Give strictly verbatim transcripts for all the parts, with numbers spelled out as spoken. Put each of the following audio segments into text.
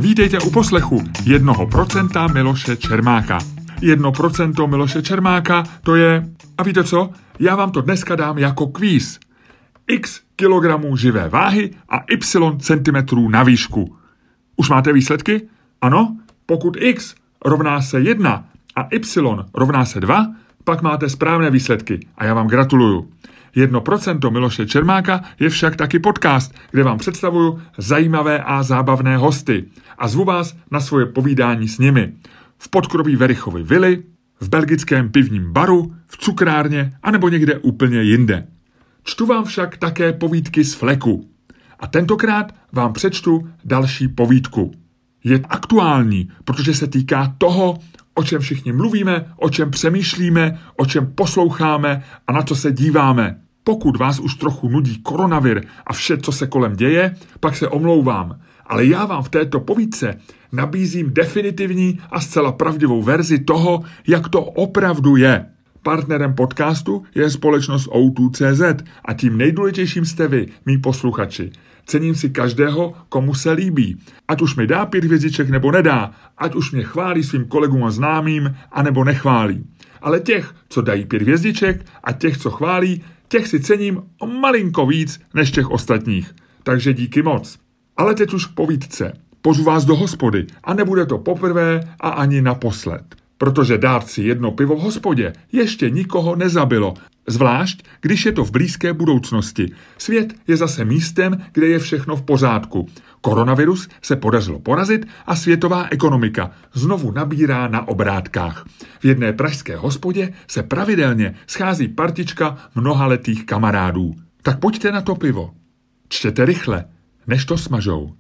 Vítejte u poslechu jednoho procenta Miloše Čermáka. Jedno procento Miloše Čermáka, to je, a víte co, já vám to dneska dám jako kvíz. X kilogramů živé váhy a Y centimetrů na výšku. Už máte výsledky? Ano? Pokud X rovná se jedna a Y rovná se dva, pak máte správné výsledky a já vám gratuluju. Jedno procento Miloše Čermáka je však taky podcast, kde vám představuju zajímavé a zábavné hosty a zvu vás na svoje povídání s nimi. V podkroví Verichovy vily, v belgickém pivním baru, v cukrárně anebo někde úplně jinde. Čtu vám však také povídky z fleku. A tentokrát vám přečtu další povídku. Je aktuální, protože se týká toho, o čem všichni mluvíme, o čem přemýšlíme, o čem posloucháme a na co se díváme. Pokud vás už trochu nudí koronavir a vše, co se kolem děje, pak se omlouvám. Ale já vám v této povídce nabízím definitivní a zcela pravdivou verzi toho, jak to opravdu je. Partnerem podcastu je společnost O dva tečka cé zet a tím nejdůležitějším jste vy, mý posluchači. Cením si každého, komu se líbí. Ať už mi dá pět hvězdiček nebo nedá, ať už mě chválí svým kolegům a známým, anebo nechválí. Ale těch, co dají pět hvězdiček a těch, co chválí, těch si cením o malinko víc než těch ostatních. Takže díky moc. Ale teď už k povídce. Pozvu vás do hospody a nebude to poprvé a ani naposled. Protože dát si jedno pivo v hospodě ještě nikoho nezabilo. Zvlášť, když je to v blízké budoucnosti. Svět je zase místem, kde je všechno v pořádku. Koronavirus se podařilo porazit a světová ekonomika znovu nabírá na obrátkách. V jedné pražské hospodě se pravidelně schází partička mnohaletých kamarádů. Tak pojďte na to pivo. Čtěte rychle, než to smažou.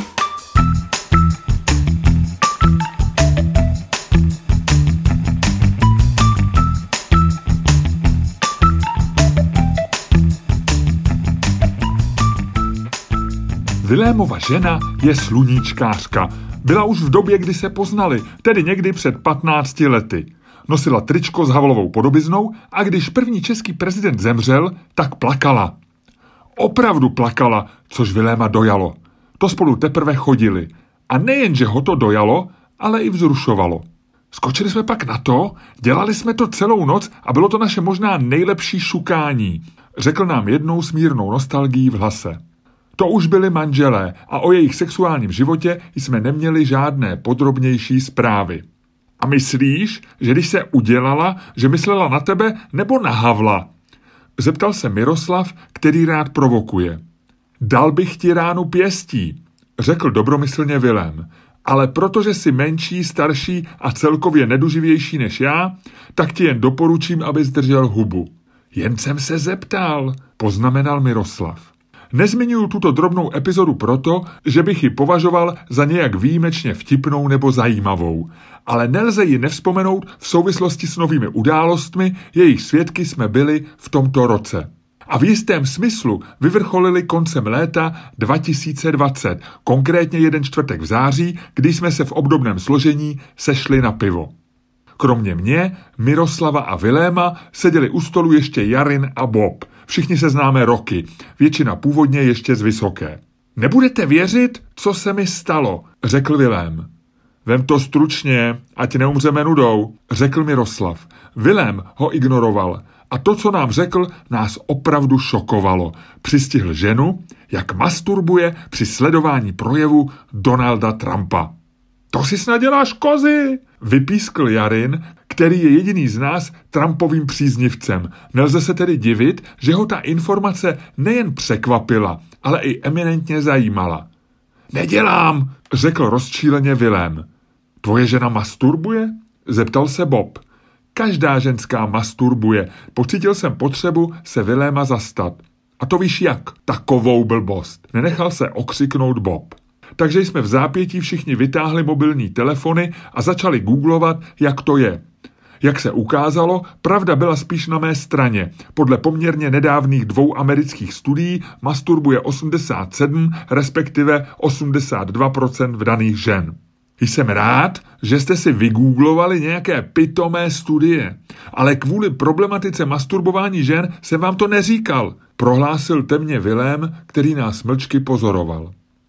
Vilémova žena je sluníčkářka. Byla už v době, kdy se poznali, tedy někdy před patnácti lety. Nosila tričko s Havlovou podobiznou a když první český prezident zemřel, tak plakala. Opravdu plakala, což Viléma dojalo. To spolu teprve chodili. A nejen, že ho to dojalo, ale i vzrušovalo. Skočili jsme pak na to, dělali jsme to celou noc a bylo to naše možná nejlepší šukání, řekl nám jednou s mírnou nostalgií v hlase. To už byli manželé a o jejich sexuálním životě jsme neměli žádné podrobnější zprávy. A myslíš, že když se udělala, že myslela na tebe nebo na Havla? Zeptal se Miroslav, který rád provokuje. Dal bych ti ránu pěstí, řekl dobromyslně Vilém, ale protože jsi menší, starší a celkově neduživější než já, tak ti jen doporučím, abys držel hubu. Jen jsem se zeptal, poznamenal Miroslav. Nezmiňuji tuto drobnou epizodu proto, že bych ji považoval za nějak výjimečně vtipnou nebo zajímavou, ale nelze ji nevzpomenout v souvislosti s novými událostmi, jejich svědky jsme byli v tomto roce. A v jistém smyslu vyvrcholili koncem léta dva tisíce dvacet, konkrétně jeden čtvrtek v září, kdy jsme se v obdobném složení sešli na pivo. Kromě mě, Miroslava a Viléma seděli u stolu ještě Jarin a Bob. Všichni se známe roky, většina původně ještě z Vysoké. Nebudete věřit, co se mi stalo, řekl Vilém. Vem to stručně, ať neumřeme nudou, řekl Miroslav. Vilém ho ignoroval a to, co nám řekl, nás opravdu šokovalo. Přistihl ženu, jak masturbuje při sledování projevu Donalda Trumpa. To si snad děláš kozy, vypískl Jarin, který je jediný z nás Trumpovým příznivcem. Nelze se tedy divit, že ho ta informace nejen překvapila, ale i eminentně zajímala. Nedělám, řekl rozčíleně Vilém. Tvoje žena masturbuje? Zeptal se Bob. Každá ženská masturbuje. Pocítil jsem potřebu se Viléma zastat. A to víš jak? Takovou blbost. Nenechal se okřiknout Bob. Takže jsme v zápětí všichni vytáhli mobilní telefony a začali googlovat, jak to je. Jak se ukázalo, pravda byla spíš na mé straně. Podle poměrně nedávných dvou amerických studií masturbuje osmdesát sedm, respektive osmdesát dva procent vdaných žen. Jsem rád, že jste si vygooglovali nějaké pitomé studie, ale kvůli problematice masturbování žen jsem vám to neříkal, prohlásil temně Vilém, který nás mlčky pozoroval.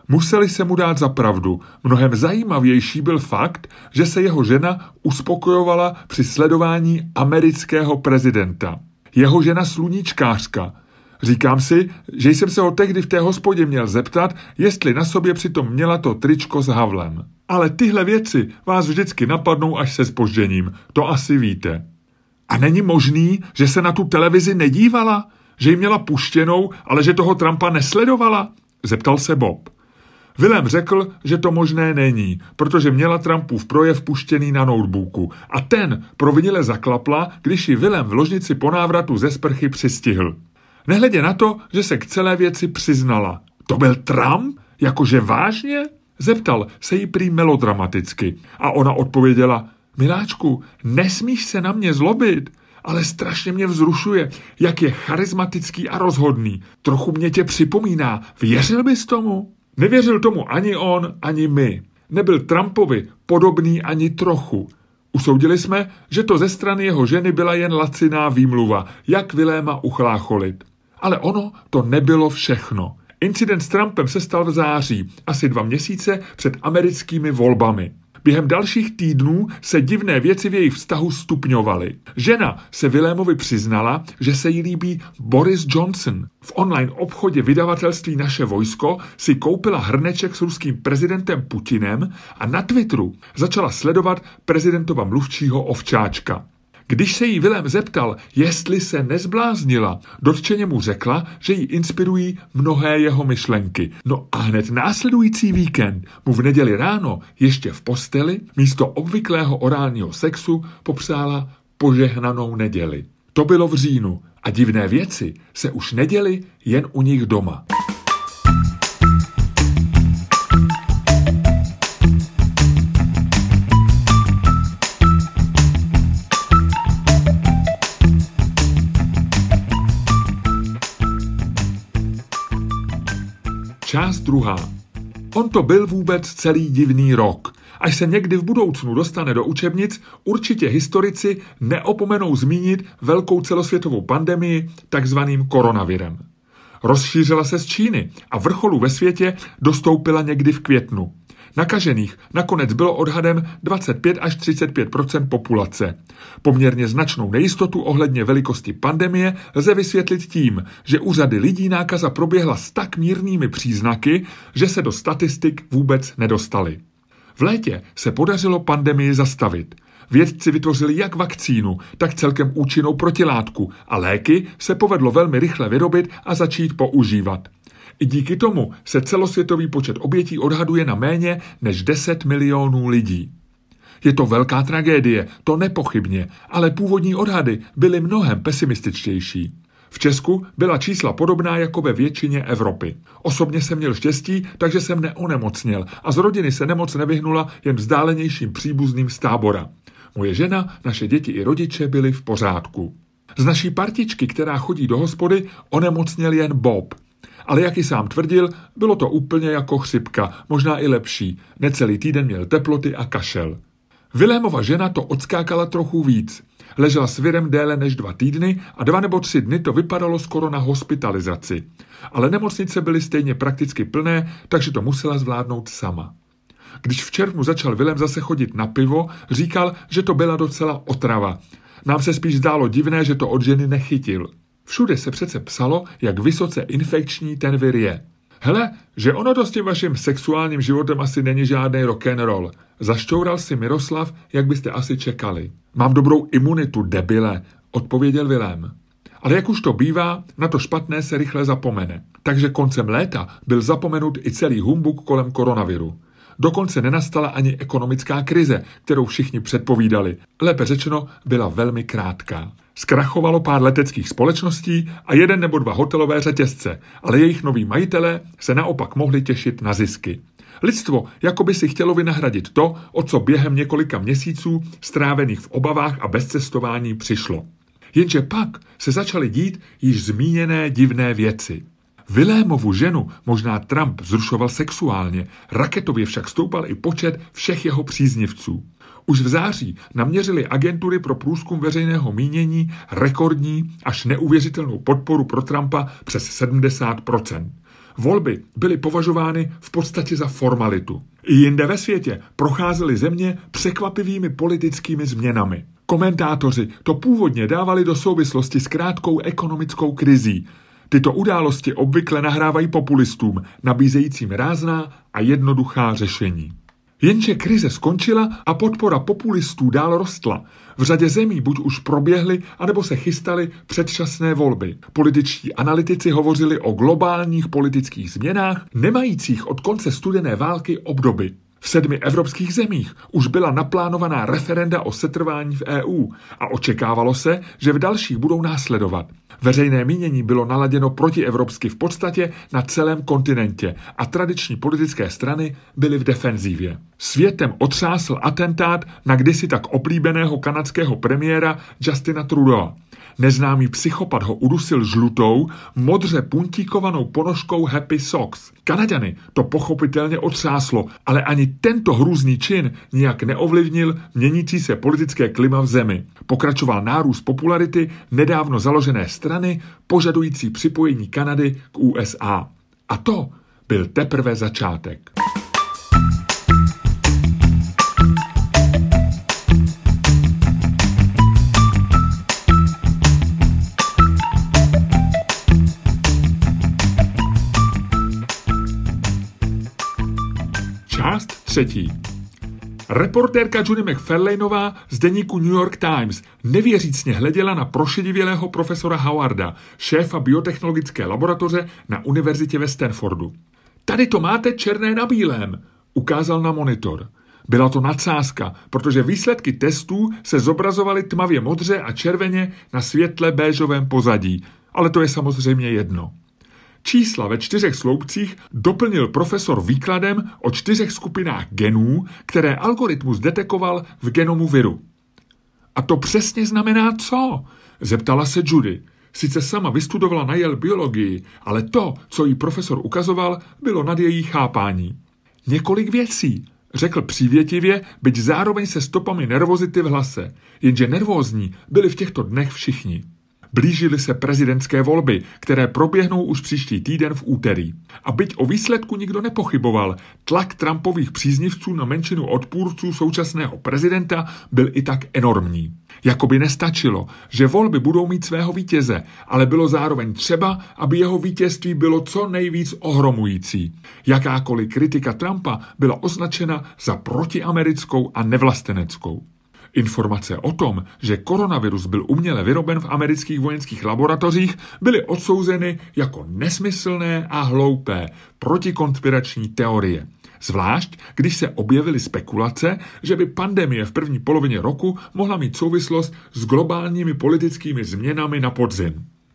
Museli se mu dát za pravdu. Mnohem zajímavější byl fakt, že se jeho žena uspokojovala při sledování amerického prezidenta. Jeho žena sluníčkářka. Říkám si, že jsem se ho tehdy v té hospodě měl zeptat, jestli na sobě přitom měla to tričko s Havlem. Ale tyhle věci vás vždycky napadnou až se zpožděním, to asi víte. A není možný, že se na tu televizi nedívala? Že ji měla puštěnou, ale že toho Trumpa nesledovala? Zeptal se Bob. Willem řekl, že to možné není, protože měla Trumpův projev puštěný na notebooku a ten provinile zaklapla, když ji Willem v ložnici po návratu ze sprchy přistihl. Nehledě na to, že se k celé věci přiznala. To byl Trump? Jakože vážně? Zeptal se jí prý melodramaticky a ona odpověděla, miláčku, nesmíš se na mě zlobit, ale strašně mě vzrušuje, jak je charismatický a rozhodný. Trochu mě tě připomíná, věřil bys tomu? Nevěřil tomu ani on, ani my. Nebyl Trumpovi podobný ani trochu. Usoudili jsme, že to ze strany jeho ženy byla jen laciná výmluva, jak Willéma uchlácholit. Ale ono to nebylo všechno. Incident s Trumpem se stal v září, asi dva měsíce před americkými volbami. Během dalších týdnů se divné věci v jejich vztahu stupňovaly. Žena se Willémovi přiznala, že se jí líbí Boris Johnson. V online obchodě vydavatelství Naše vojsko si koupila hrneček s ruským prezidentem Putinem a na Twitteru začala sledovat prezidentova mluvčího ovčáčka. Když se jí Willém zeptal, jestli se nezbláznila, dotčeně mu řekla, že ji inspirují mnohé jeho myšlenky. No a hned následující víkend mu v neděli ráno ještě v posteli místo obvyklého orálního sexu popřála požehnanou neděli. To bylo v říjnu a divné věci se už neděly jen u nich doma. Část druhá. On to byl vůbec celý divný rok. Až se někdy v budoucnu dostane do učebnic, určitě historici neopomenou zmínit velkou celosvětovou pandemii takzvaným koronavirem. Rozšířila se z Číny a vrcholu ve světě dostoupila někdy v květnu. Nakažených nakonec bylo odhadem dvacet pět až třicet pět procent populace. Poměrně značnou nejistotu ohledně velikosti pandemie lze vysvětlit tím, že u řady lidí nákaza proběhla s tak mírnými příznaky, že se do statistik vůbec nedostali. V létě se podařilo pandemii zastavit. Vědci vytvořili jak vakcínu, tak celkem účinnou protilátku a léky se povedlo velmi rychle vyrobit a začít používat. I díky tomu se celosvětový počet obětí odhaduje na méně než deset milionů lidí. Je to velká tragédie, to nepochybně, ale původní odhady byly mnohem pesimističtější. V Česku byla čísla podobná jako ve většině Evropy. Osobně jsem měl štěstí, takže jsem neonemocněl a z rodiny se nemoc nevyhnula jen vzdálenějším příbuzným z Tábora. Moje žena, naše děti i rodiče byli v pořádku. Z naší partičky, která chodí do hospody, onemocněl jen Bob. Ale jak i sám tvrdil, bylo to úplně jako chřipka, možná i lepší. Necelý týden měl teploty a kašel. Willémova žena to odskákala trochu víc. Ležela s virem déle než dva týdny a dva nebo tři dny to vypadalo skoro na hospitalizaci. Ale nemocnice byly stejně prakticky plné, takže to musela zvládnout sama. Když v červnu začal Willém zase chodit na pivo, říkal, že to byla docela otrava. Nám se spíš zdálo divné, že to od ženy nechytil. Všude se přece psalo, jak vysoce infekční ten vir je. Hele, že ono to s tím vaším sexuálním životem asi není žádný rock'n'roll. Zašťoural si Miroslav, jak byste asi čekali. Mám dobrou imunitu, debile, odpověděl Willém. Ale jak už to bývá, na to špatné se rychle zapomene. Takže koncem léta byl zapomenut i celý humbuk kolem koronaviru. Dokonce nenastala ani ekonomická krize, kterou všichni předpovídali. Lépe řečeno, byla velmi krátká. Zkrachovalo pár leteckých společností a jeden nebo dva hotelové řetězce, ale jejich noví majitelé se naopak mohli těšit na zisky. Lidstvo jakoby si chtělo vynahradit to, o co během několika měsíců strávených v obavách a bezcestování přišlo. Jenže pak se začaly dít již zmíněné divné věci. Willémovu ženu možná Trump vzrušoval sexuálně, raketově však stoupal i počet všech jeho příznivců. Už v září naměřily agentury pro průzkum veřejného mínění rekordní až neuvěřitelnou podporu pro Trumpa přes sedmdesát procent. Volby byly považovány v podstatě za formalitu. I jinde ve světě procházely země překvapivými politickými změnami. Komentátoři to původně dávali do souvislosti s krátkou ekonomickou krizí. Tyto události obvykle nahrávají populistům, nabízejícím rázná a jednoduchá řešení. Jenže krize skončila a podpora populistů dál rostla. V řadě zemí buď už proběhly, anebo se chystaly předčasné volby. Političtí analytici hovořili o globálních politických změnách, nemajících od konce studené války obdoby. V sedmi evropských zemích už byla naplánovaná referenda o setrvání v E U a očekávalo se, že v dalších budou následovat. Veřejné mínění bylo naladěno protievropsky v podstatě na celém kontinentě a tradiční politické strany byly v defenzívě. Světem otřásl atentát na kdysi tak oblíbeného kanadského premiéra Justina Trudeau. Neznámý psychopat ho udusil žlutou, modře puntíkovanou ponožkou Happy Socks. Kanaďany to pochopitelně otřáslo, ale ani tento hrůzný čin nijak neovlivnil měnící se politické klima v zemi. Pokračoval nárůst popularity nedávno založené strany požadující připojení Kanady k U S A. A to byl teprve začátek. Část třetí. Reportérka Judy McFarlaneová z deníku New York Times nevěřícně hleděla na prošedivělého profesora Howarda, šéfa biotechnologické laboratoře na univerzitě ve Stanfordu. Tady to máte černé na bílém, ukázal na monitor. Byla to nadsázka, protože výsledky testů se zobrazovaly tmavě modře a červeně na světle béžovém pozadí, ale to je samozřejmě jedno. Čísla ve čtyřech sloupcích doplnil profesor výkladem o čtyřech skupinách genů, které algoritmus detekoval v genomu viru. A to přesně znamená co? Zeptala se Judy. Sice sama vystudovala na Yale biologii, ale to, co jí profesor ukazoval, bylo nad její chápání. Několik věcí, řekl přívětivě, byť zároveň se stopami nervozity v hlase, jenže nervózní byli v těchto dnech všichni. Blížily se prezidentské volby, které proběhnou už příští týden v úterý. A byť o výsledku nikdo nepochyboval, tlak Trumpových příznivců na menšinu odpůrců současného prezidenta byl i tak enormní. Jakoby nestačilo, že volby budou mít svého vítěze, ale bylo zároveň třeba, aby jeho vítězství bylo co nejvíc ohromující. Jakákoliv kritika Trumpa byla označena za protiamerickou a nevlasteneckou. Informace o tom, že koronavirus byl uměle vyroben v amerických vojenských laboratořích, byly odsouzeny jako nesmyslné a hloupé protikonspirační teorie. Zvlášť, když se objevily spekulace, že by pandemie v první polovině roku mohla mít souvislost s globálními politickými změnami na podzim.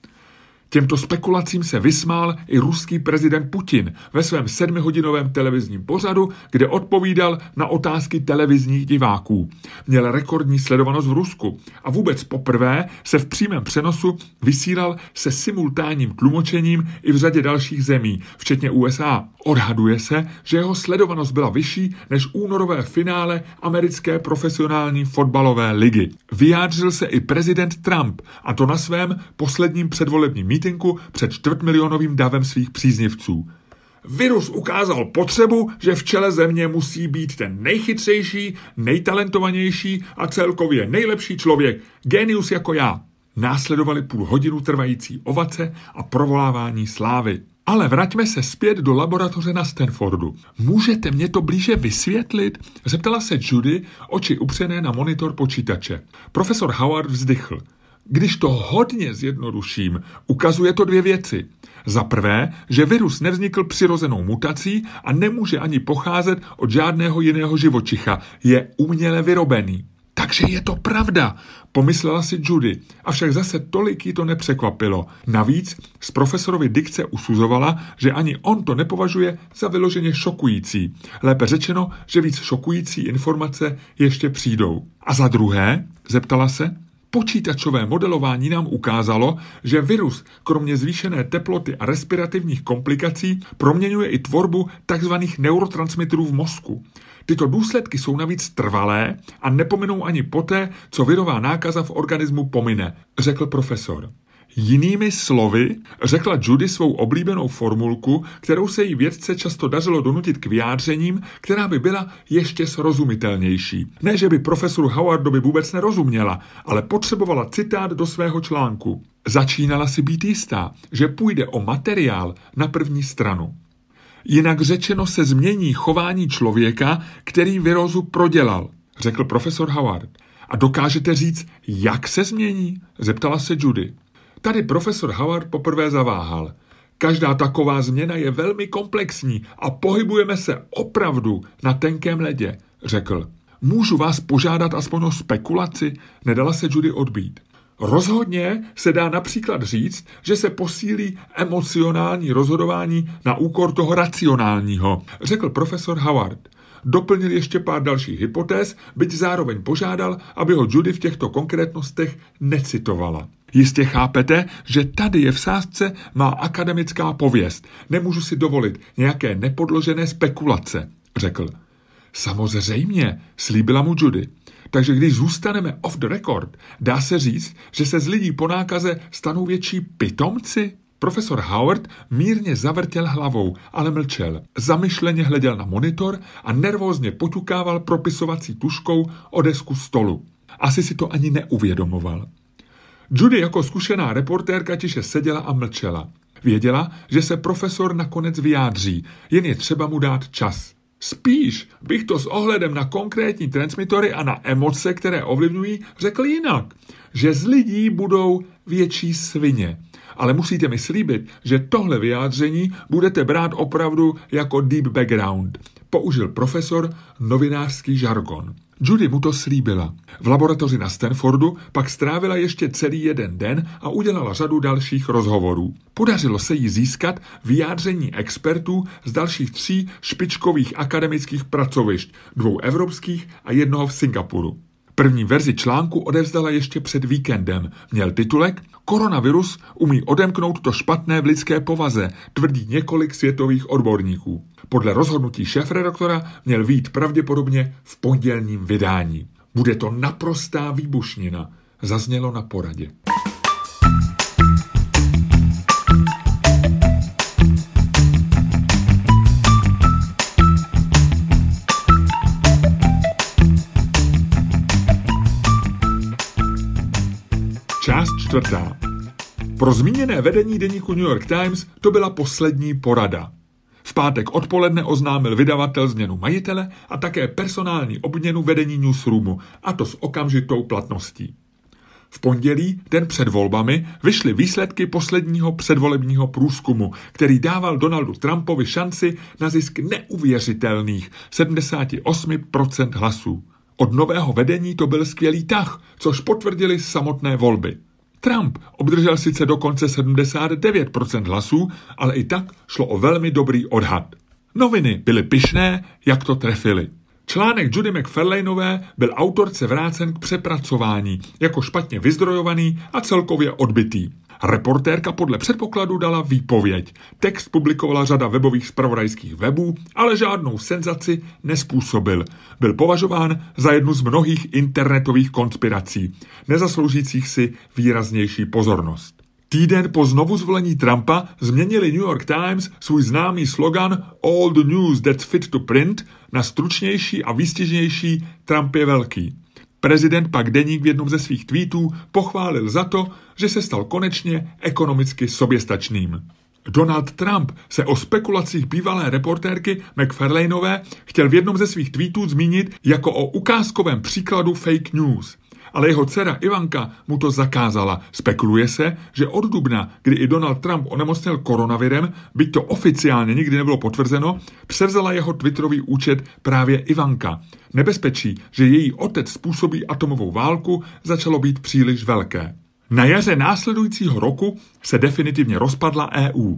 Těmto spekulacím se vysmál i ruský prezident Putin ve svém sedmihodinovém televizním pořadu, kde odpovídal na otázky televizních diváků. Měl rekordní sledovanost v Rusku a vůbec poprvé se v přímém přenosu vysílal se simultánním tlumočením i v řadě dalších zemí, včetně U S A. Odhaduje se, že jeho sledovanost byla vyšší než únorové finále americké profesionální fotbalové ligy. Vyjádřil se i prezident Trump, a to na svém posledním předvolebním mítinku před čtvrtmilionovým davem svých příznivců. Virus ukázal potřebu, že v čele země musí být ten nejchytřejší, nejtalentovanější a celkově nejlepší člověk, génius jako já. Následovaly půl hodinu trvající ovace a provolávání slávy. Ale vraťme se zpět do laboratoře na Stanfordu. Můžete mě to blíže vysvětlit? Zeptala se Judy, oči upřené na monitor počítače. Profesor Howard vzdychl. Když to hodně zjednoduším, ukazuje to dvě věci. Za prvé, že virus nevznikl přirozenou mutací a nemůže ani pocházet od žádného jiného živočicha. Je uměle vyrobený. Takže je to pravda, pomyslela si Judy, avšak zase tolik jí to nepřekvapilo. Navíc z profesorovy dikce usuzovala, že ani on to nepovažuje za vyloženě šokující. Lépe řečeno, že víc šokující informace ještě přijdou. A za druhé, zeptala se, počítačové modelování nám ukázalo, že virus, kromě zvýšené teploty a respirativních komplikací, proměňuje i tvorbu tzv. Neurotransmiterů v mozku. Tyto důsledky jsou navíc trvalé a nepominou ani poté, co virová nákaza v organismu pomine, řekl profesor. Jinými slovy, řekla Judy svou oblíbenou formulku, kterou se jí vědce často dařilo donutit k vyjádřením, která by byla ještě srozumitelnější. Ne, že by profesoru Howardovi vůbec nerozuměla, ale potřebovala citát do svého článku. Začínala si být jistá, že půjde o materiál na první stranu. Jinak řečeno se změní chování člověka, který virózu prodělal, řekl profesor Howard. A dokážete říct, jak se změní? Zeptala se Judy. Tady profesor Howard poprvé zaváhal. Každá taková změna je velmi komplexní a pohybujeme se opravdu na tenkém ledě, řekl. Můžu vás požádat aspoň o spekulaci? Nedala se Judy odbít. Rozhodně se dá například říct, že se posílí emocionální rozhodování na úkor toho racionálního, řekl profesor Howard. Doplnil ještě pár dalších hypotéz, byť zároveň požádal, aby ho Judy v těchto konkrétnostech necitovala. Jistě chápete, že tady je v sázce má akademická pověst. Nemůžu si dovolit nějaké nepodložené spekulace, řekl. Samozřejmě, slíbila mu Judy. Takže když zůstaneme off the record, dá se říct, že se z lidí po nákaze stanou větší pitomci? Profesor Howard mírně zavrtěl hlavou, ale mlčel. Zamyšleně hleděl na monitor a nervózně poťukával propisovací tužkou o desku stolu. Asi si to ani neuvědomoval. Judy jako zkušená reportérka tiše seděla a mlčela. Věděla, že se profesor nakonec vyjádří, jen je třeba mu dát čas. Spíš bych to s ohledem na konkrétní transmitory a na emoce, které ovlivňují, řekl jinak, že z lidí budou větší svině. Ale musíte mi slíbit, že tohle vyjádření budete brát opravdu jako deep background. Použil profesor novinářský žargon. Judy mu to slíbila. V laboratoři na Stanfordu pak strávila ještě celý jeden den a udělala řadu dalších rozhovorů. Podařilo se jí získat vyjádření expertů z dalších tří špičkových akademických pracovišť, dvou evropských a jednoho v Singapuru. První verzi článku odevzdala ještě před víkendem. Měl titulek Koronavirus umí odemknout to špatné v lidské povaze, tvrdí několik světových odborníků. Podle rozhodnutí šéfredaktora měl vyjít pravděpodobně v pondělním vydání. Bude to naprostá výbušnina, zaznělo na poradě. Část čtvrtá. Pro zmíněné vedení deníku New York Times to byla poslední porada. V pátek odpoledne oznámil vydavatel změnu majitele a také personální obměnu vedení newsroomu, a to s okamžitou platností. V pondělí, den před volbami, vyšly výsledky posledního předvolebního průzkumu, který dával Donaldu Trumpovi šanci na zisk neuvěřitelných sedmdesát osm procent hlasů. Od nového vedení to byl skvělý tah, což potvrdili samotné volby. Trump obdržel sice dokonce sedmdesát devět procent hlasů, ale i tak šlo o velmi dobrý odhad. Noviny byly pyšné, jak to trefili. Článek Judy McFarlaneové byl autorce vrácen k přepracování, jako špatně vyzdrojovaný a celkově odbytý. Reportérka podle předpokladu dala výpověď. Text publikovala řada webových zpravodajských webů, ale žádnou senzaci nespůsobil. Byl považován za jednu z mnohých internetových konspirací, nezasloužících si výraznější pozornost. Týden po znovuzvolení Trumpa změnili New York Times svůj známý slogan All the news that's fit to print na stručnější a výstižnější Trump je velký. Prezident pak deník v jednom ze svých tweetů pochválil za to, že se stal konečně ekonomicky soběstačným. Donald Trump se o spekulacích bývalé reportérky McFarlaneové chtěl v jednom ze svých tweetů zmínit jako o ukázkovém příkladu fake news. Ale jeho dcera Ivanka mu to zakázala. Spekuluje se, že od dubna, kdy i Donald Trump onemocněl koronavirem, byť to oficiálně nikdy nebylo potvrzeno, převzala jeho twitterový účet právě Ivanka. Nebezpečí, že její otec způsobí atomovou válku, začalo být příliš velké. Na jaře následujícího roku se definitivně rozpadla E U.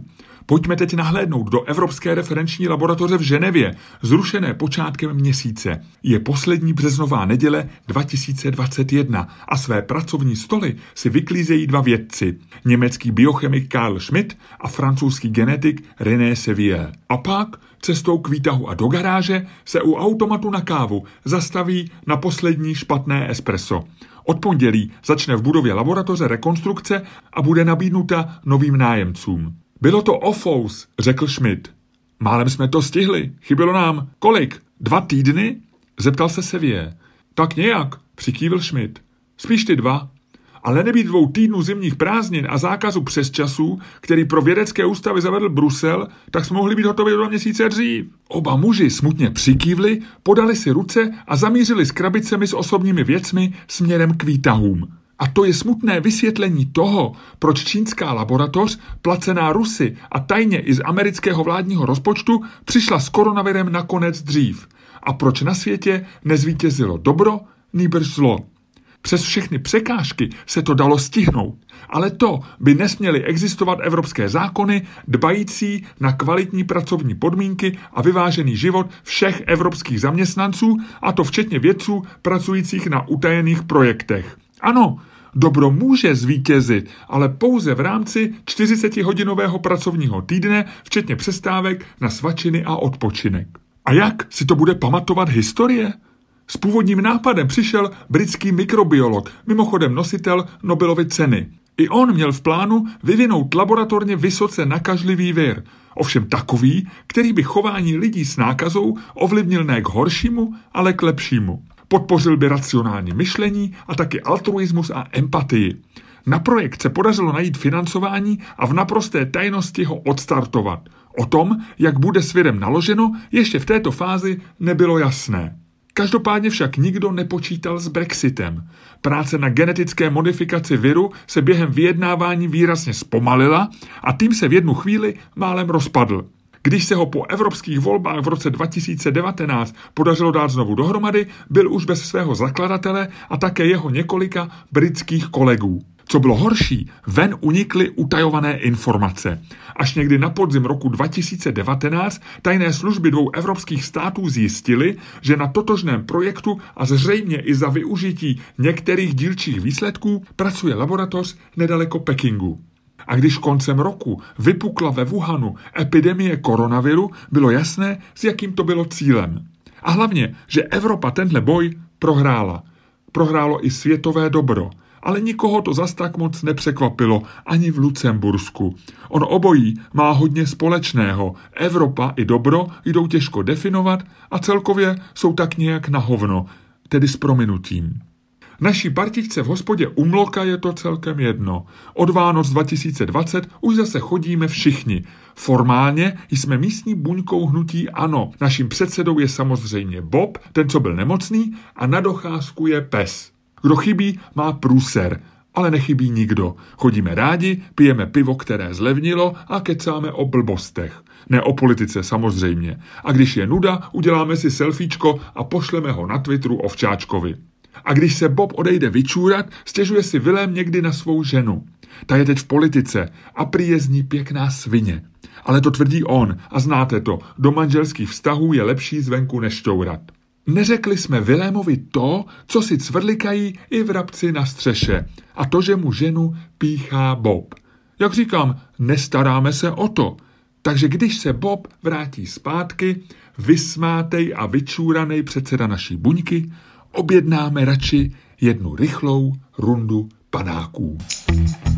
Pojďme teď nahlédnout do Evropské referenční laboratoře v Ženevě, zrušené počátkem měsíce. Je poslední březnová neděle dva tisíce dvacet jedna a své pracovní stoly si vyklízejí dva vědci. Německý biochemik Karl Schmidt a francouzský genetik René Sevier. A pak cestou k výtahu a do garáže se u automatu na kávu zastaví na poslední špatné espresso. Od pondělí začne v budově laboratoře rekonstrukce a bude nabídnuta novým nájemcům. Bylo to ofous, řekl Schmidt. Málem jsme to stihli, chybělo nám. Kolik? Dva týdny? Zeptal se Sevier. Tak nějak, přikývil Schmidt. Spíš ty dva. Ale nebýt dvou týdnů zimních prázdnin a zákazu přesčasů, který pro vědecké ústavy zavedl Brusel, tak jsme mohli být hotovi do dva měsíce dřív. Oba muži smutně přikývli, podali si ruce a zamířili s krabicemi s osobními věcmi směrem k výtahům. A to je smutné vysvětlení toho, proč čínská laboratoř, placená Rusy a tajně i z amerického vládního rozpočtu, přišla s koronavirem nakonec dřív. A proč na světě nezvítězilo dobro, nýbrž zlo. Přes všechny překážky se to dalo stihnout, ale to by nesměly existovat evropské zákony dbající na kvalitní pracovní podmínky a vyvážený život všech evropských zaměstnanců, a to včetně vědců pracujících na utajených projektech. Ano, dobro může zvítězit, ale pouze v rámci čtyřicetihodinového pracovního týdne, včetně přestávek na svačiny a odpočinek. A jak si to bude pamatovat historie? S původním nápadem přišel britský mikrobiolog, mimochodem nositel Nobelovy ceny. I on měl v plánu vyvinout laboratorně vysoce nakažlivý vir, ovšem takový, který by chování lidí s nákazou ovlivnil ne k horšímu, ale k lepšímu. Podpořil by racionální myšlení a taky altruismus a empatii. Na projekt se podařilo najít financování a v naprosté tajnosti ho odstartovat. O tom, jak bude s virem naloženo, ještě v této fázi nebylo jasné. Každopádně však nikdo nepočítal s Brexitem. Práce na genetické modifikaci viru se během vyjednávání výrazně zpomalila a tým se v jednu chvíli málem rozpadl. Když se ho po evropských volbách v roce dva tisíce devatenáct podařilo dát znovu dohromady, byl už bez svého zakladatele a také jeho několika britských kolegů. Co bylo horší, ven unikly utajované informace. Až někdy na podzim roku dva tisíce devatenáct tajné služby dvou evropských států zjistily, že na totožném projektu a zřejmě i za využití některých dílčích výsledků pracuje laboratoř nedaleko Pekingu. A když koncem roku vypukla ve Wuhanu epidemie koronaviru, bylo jasné, s jakým to bylo cílem. A hlavně, že Evropa tenhle boj prohrála. Prohrálo i světové dobro. Ale nikoho to zas tak moc nepřekvapilo, ani v Lucembursku. On obojí má hodně společného. Evropa i dobro jdou těžko definovat a celkově jsou tak nějak na hovno, tedy s prominutím. Naší partičce v hospodě Umloka je to celkem jedno. Od Vánoc dva tisíce dvacet už zase chodíme všichni. Formálně jsme místní buňkou hnutí ANO. Naším předsedou je samozřejmě Bob, ten, co byl nemocný, a na docházku je pes. Kdo chybí, má průser, ale nechybí nikdo. Chodíme rádi, pijeme pivo, které zlevnilo a kecáme o blbostech. Ne o politice samozřejmě. A když je nuda, uděláme si selfiečko a pošleme ho na Twitteru Ovčáčkovi. A když se Bob odejde vyčůrat, stěžuje si Vilém někdy na svou ženu. Ta je teď v politice a prý je z ní pěkná svině. Ale to tvrdí on a znáte to, do manželských vztahů je lepší zvenku než šťourat. Neřekli jsme Vilémovi to, co si cvrlikají i vrabci na střeše, a to, že mu ženu píchá Bob. Jak říkám, nestaráme se o to. Takže když se Bob vrátí zpátky, vysmátej a vyčúranej předseda naší buňky, objednáme radši jednu rychlou rundu panáků.